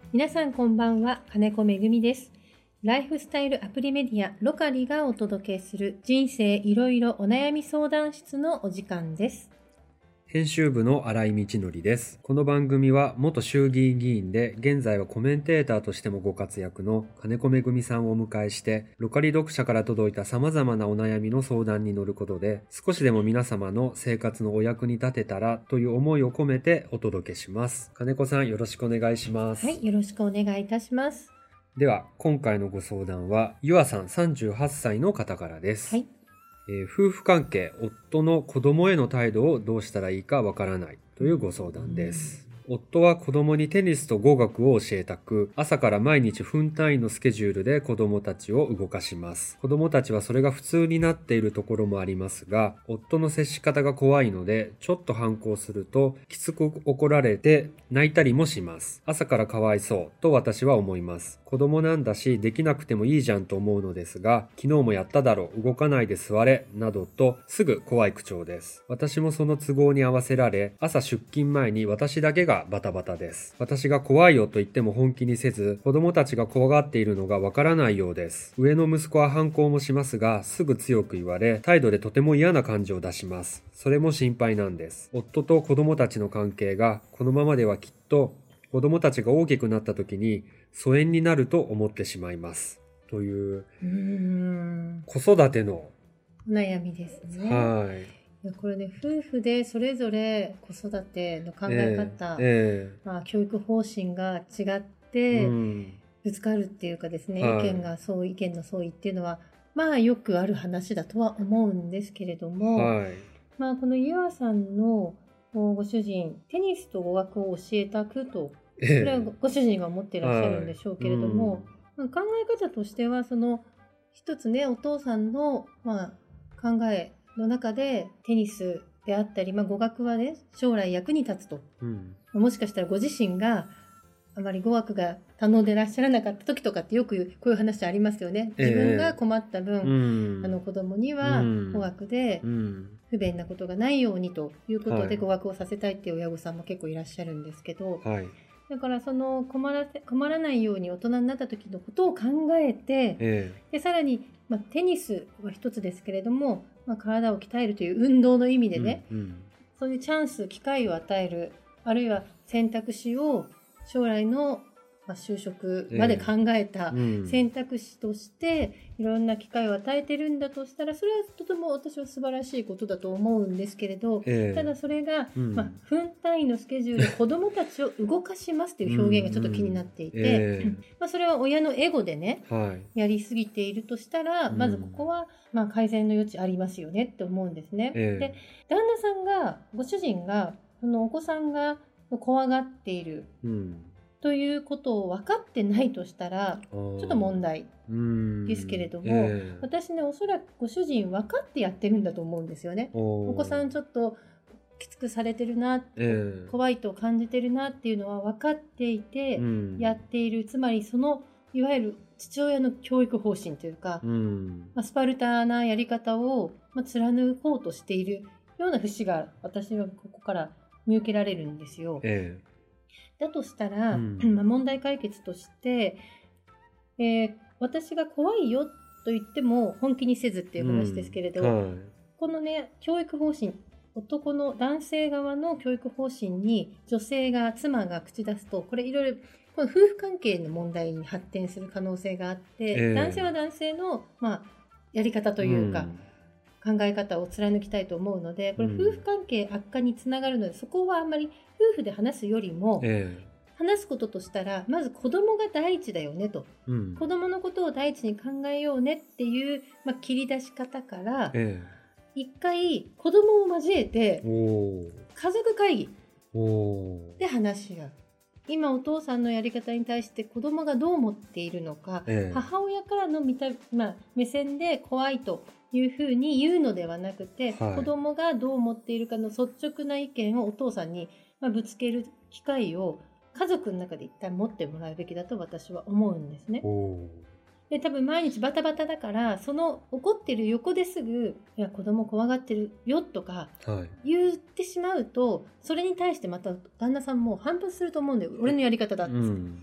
皆さんこんばんは、金子めぐみです。ライフスタイルアプリメディアロカリがお届けする人生いろいろお悩み相談室のお時間です。 編集部の新井道則です。この番組は元衆議院議員で現在はコメンテーターとしてもご活躍の金子めぐみさんをお迎えしてロカリ読者から届いた様々なお悩みの相談に乗ることで少しでも皆様の生活のお役に立てたらという思いを込めてお届けします。金子さんよろしくお願いします。 はい、よろしくお願いいたします。 では今回のご相談はゆあさん38歳の方からです。 はい。 夫婦関係、夫の子供への態度をどうしたらいいかわからないというご相談です。夫は子供にテニスと語学を教えたく、朝から毎日分単位のスケジュールで子供たちを動かします。子供たちはそれが普通になっているところもありますが、夫の接し方が怖いので、ちょっと反抗するときつく怒られて泣いたりもします。朝からかわいそうと私は思います。子供なんだしできなくてもいいじゃんと思うのですが、昨日もやっただろう、動かないで座れなどとすぐ怖い口調です。私もその都合に合わせられ、朝出勤前に私だけがバタバタです。私が怖いよと言っても本気にせず、子供たちが怖がっているのがわからないようです。上の息子は反抗もしますが、すぐ強く言われ、態度でとても嫌な感じを出します。それも心配なんです。夫と子供たちの関係がこのままではきっと子供たちが大きくなった時に疎遠になると思ってしまいます。という子育てのお悩みですね。 はい。 いやこれね、夫婦でそれぞれ子育ての考え方、教育方針が違ってぶつかるっていうかですね、意見の相違っていうのはまあよくある話だとは思うんですけれども、まあこのゆあさんのご主人、テニスと語学を教えたくと、これはご主人が思っていらっしゃるんでしょうけれども、考え方としてはその一つね、お父さんの考えの中でテニスであったり、語学はね将来役に立つと、もしかしたらご自身があまり語学が頼んでらっしゃらなかった時とかってよくこういう話ありますよね。自分が困った分、子供には語学で不便なことがないようにということで語学をさせたいっていう親御さんも結構いらっしゃるんですけど、だからその困らないように大人になった時のことを考えて、でさらに、テニスは一つですけれども、体を鍛えるという運動の意味でね、そういうチャンス、機会を与える、あるいは選択肢を将来の就職まで考えた選択肢としていろんな機会を与えてるんだとしたら、それはとても私は素晴らしいことだと思うんですけれど、ただそれが、分単位のスケジュールで子どもたちを動かしますという表現がちょっと気になっていて、それは親のエゴでね、やりすぎているとしたら、まずここは改善の余地ありますよねって思うんですね。で、旦那さんが、ご主人がそのお子さんが怖がっている、ということを分かってないとしたらちょっと問題ですけれども、私ね、おそらくご主人分かってやってるんだと思うんですよね。お子さんちょっときつくされてるな、怖いと感じてるなっていうのは分かっていてやっている、つまりそのいわゆる父親の教育方針というか、スパルタなやり方を貫こうとしているような節が私はここから見受けられるんですよ。だとしたら、問題解決として、私が怖いよと言っても本気にせずっていう話ですけれど、このね、教育方針、男性側の教育方針に女性が、妻が口出すと、これいろいろこの夫婦関係の問題に発展する可能性があって、男性は男性の、やり方というか、考え方を貫きたいと思うので、これ夫婦関係悪化につながるので、そこはあんまり夫婦で話すよりも、話すこととしたらまず子供が第一だよねと、子供のことを第一に考えようねっていう、切り出し方から、一回子供を交えて家族会議で話し合う。今お父さんのやり方に対して子供がどう思っているのか、母親からの目線で怖いというふうに言うのではなくて、子供がどう思っているかの率直な意見をお父さんにぶつける機会を家族の中で一旦持ってもらうべきだと私は思うんですね。で、多分毎日バタバタだから、その怒ってる横ですぐ、いや子供怖がってるよとか言ってしまうと、それに対してまた旦那さんも反発すると思うんだよ。俺のやり方だって、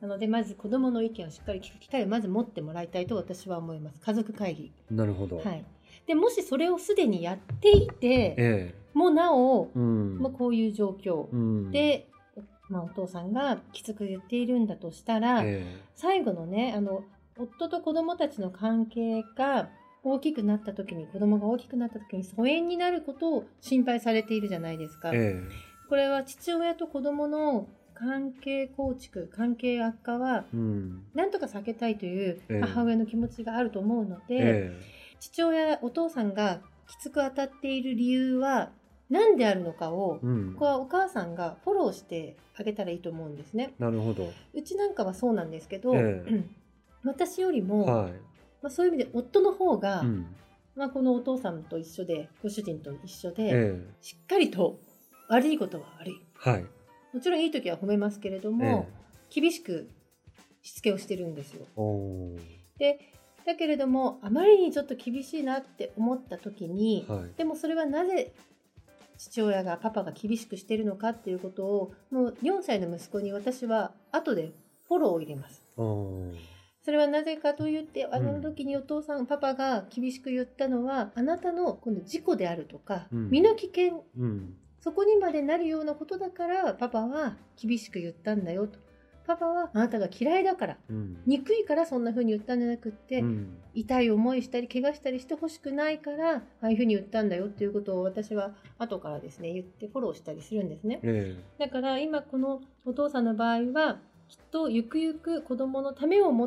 でまず子どもの意見をしっかり聞く機会をまず持ってもらいたいと私は思います。家族会議。 なるほど。 はい、でもしそれをすでにやっていて、もうなお、こういう状況で、お父さんがきつく言っているんだとしたら、最後のね夫と子どもたちの関係が大きくなった時に子どもが大きくなった時に疎遠になることを心配されているじゃないですか。これは父親と子どもの関係構築、関係悪化はなんとか避けたいという母親の気持ちがあると思うので、父親、お父さんがきつく当たっている理由は何であるのかを、ここはお母さんがフォローしてあげたらいいと思うんですね。 なるほど。 うちなんかはそうなんですけど、私よりも、そういう意味で夫の方が、このお父さんと一緒でご主人と一緒で、しっかりと悪いことは悪い、もちろんいい時は褒めますけれども、厳しくしつけをしてるんですよ。でだけれどもあまりにちょっと厳しいなって思った時に、でもそれはなぜ父親がパパが厳しくしてるのかっていうことをもう4歳の息子に私は後でフォローを入れます。それはなぜかと言って、あの時にお父さん、パパが厳しく言ったのは、あなたの今度事故であるとか、身の危険、そこにまでなるようなことだからパパは厳しく言ったんだよと。パパはあなたが嫌いだから、憎いからそんな風に言ったんじゃなくって、痛い思いしたり怪我したりしてほしくないからああいう風に言ったんだよっていうことを私は後からですね言ってフォローしたりするんですね。だから今このお父さんの場合はきっとゆくゆく子供のためを持って、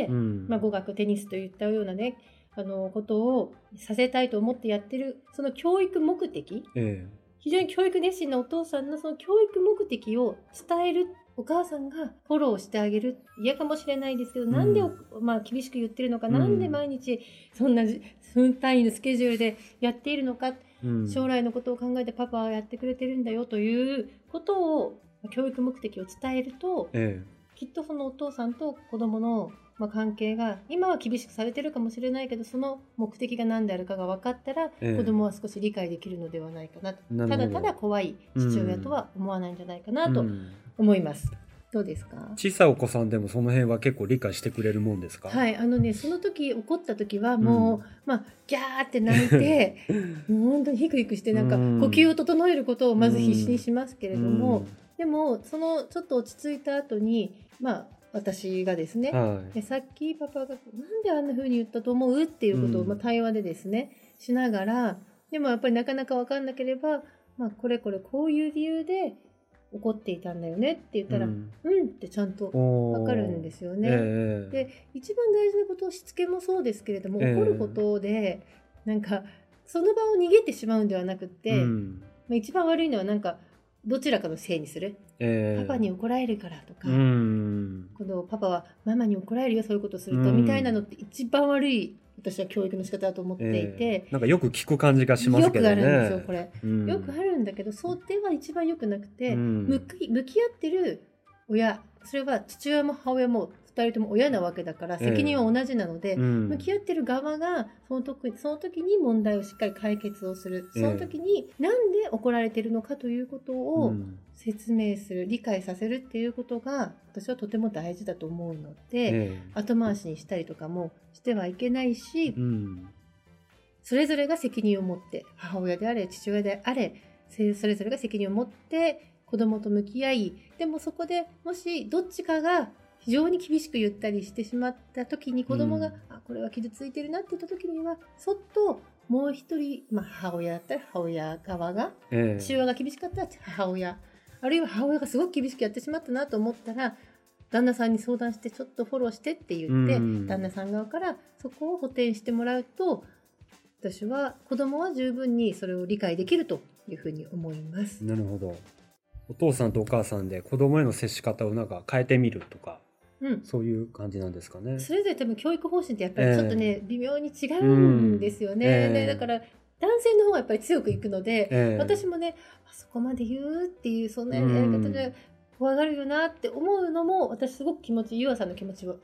語学テニスといったようなねことをさせたいと思ってやってるその教育目的、非常に教育熱心なお父さんのその教育目的を伝えるお母さんがフォローしてあげる。嫌かもしれないですけど、なんで、厳しく言ってるのか、なんで毎日そんな分単位のスケジュールでやっているのか、将来のことを考えてパパはやってくれてるんだよということを教育目的を伝えると、きっとそのお父さんと子供の関係が今は厳しくされてるかもしれないけど、その目的が何であるかが分かったら、子供は少し理解できるのではないかなと。ただただ怖い父親とは思わないんじゃないかなと思います。どうですか？ 小さいお子さんでもその辺は結構理解してくれるもんですか？ はい、その時怒った時はもう、ギャーって泣いてもう本当にヒクヒクして呼吸を整えることをまず必死にしますけれども、でもそのちょっと落ち着いた後に私がですね、さっきパパがなんであんな風に言ったと思うっていうことを、対話でですねしながら、でもやっぱりなかなか分かんなければ、これこういう理由で怒っていたんだよねって言ったら、ってちゃんと分かるんですよね。で一番大事なことをしつけもそうですけれども、怒ることでその場を逃げてしまうんではなくて、一番悪いのはどちらかのせいにする、パパに怒られるからとか、このパパはママに怒られるよそういうことすると、みたいなのって一番悪い私は教育の仕方だと思っていて、 よく聞く感じがしますけどね。 よくあるんですよこれ、よくあるんだけど、そうでは一番良くなくて、向き合ってる親、それは父親も母親も2人とも親なわけだから責任は同じなので、向き合ってる側がその時に問題をしっかり解決をする、その時になんで怒られてるのかということを説明する、理解させるっていうことが私はとても大事だと思うので、後回しにしたりとかもしてはいけないし、それぞれが責任を持って、母親であれ父親であれそれぞれが責任を持って子供と向き合い、でもそこでもしどっちかが非常に厳しく言ったりしてしまった時に、子供がこれは傷ついてるなって言った時にはそっともう一人、母親だったら母親側が、父親が厳しかったら母親、あるいは母親がすごく厳しくやってしまったなと思ったら旦那さんに相談してちょっとフォローしてって言って、旦那さん側からそこを補填してもらうと、私は子供は十分にそれを理解できるというふうに思います。 なるほど。お父さんとお母さんで子供への接し方を変えてみるとか、そういう感じなんですかね。 それぞれ多分教育方針ってやっぱりちょっとね、微妙に違うんですよね。だから男性の方がやっぱり強くいくので、私もねそこまで言うっていうそんなやり方で怖がるよなって思うのも、私すごく気持ち、湯浅さんの気持ち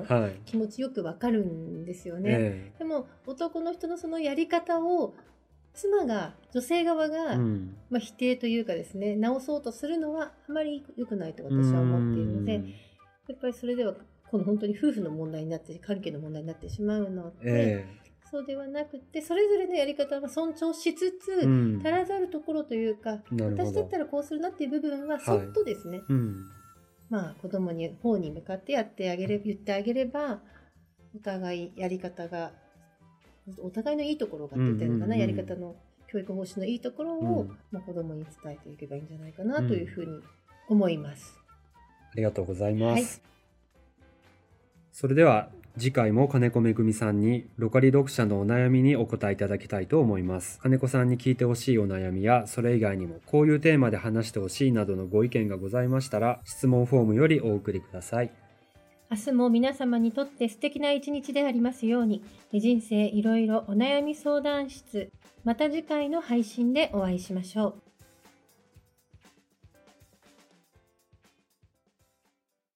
よくわかるんですよね。でも男の人のそのやり方を妻が、女性側が、否定というかですね、直そうとするのはあまり良くないと私は思っているので、やっぱりそれではこの本当に夫婦の問題になって関係の問題になってしまうので、そうではなくて、それぞれのやり方は尊重しつつ、足らざるところというか、私だったらこうするなっていう部分はそっとですね、子供に方に向かって言ってあげれば、お互いやり方が、お互いのいいところがって言ってるのかな、やり方の教育方針のいいところを、子供に伝えていけばいいんじゃないかなというふうに思います。 ありがとうございます。それでは次回も金子めぐみさんにロカリ読者のお悩みにお答えいただきたいと思います。金子さんに聞いてほしいお悩みや、それ以外にもこういうテーマで話してほしいなどのご意見がございましたら、質問フォームよりお送りください。 明日も皆様にとって素敵な一日でありますように。人生いろいろお悩み相談室。また次回の配信でお会いしましょう。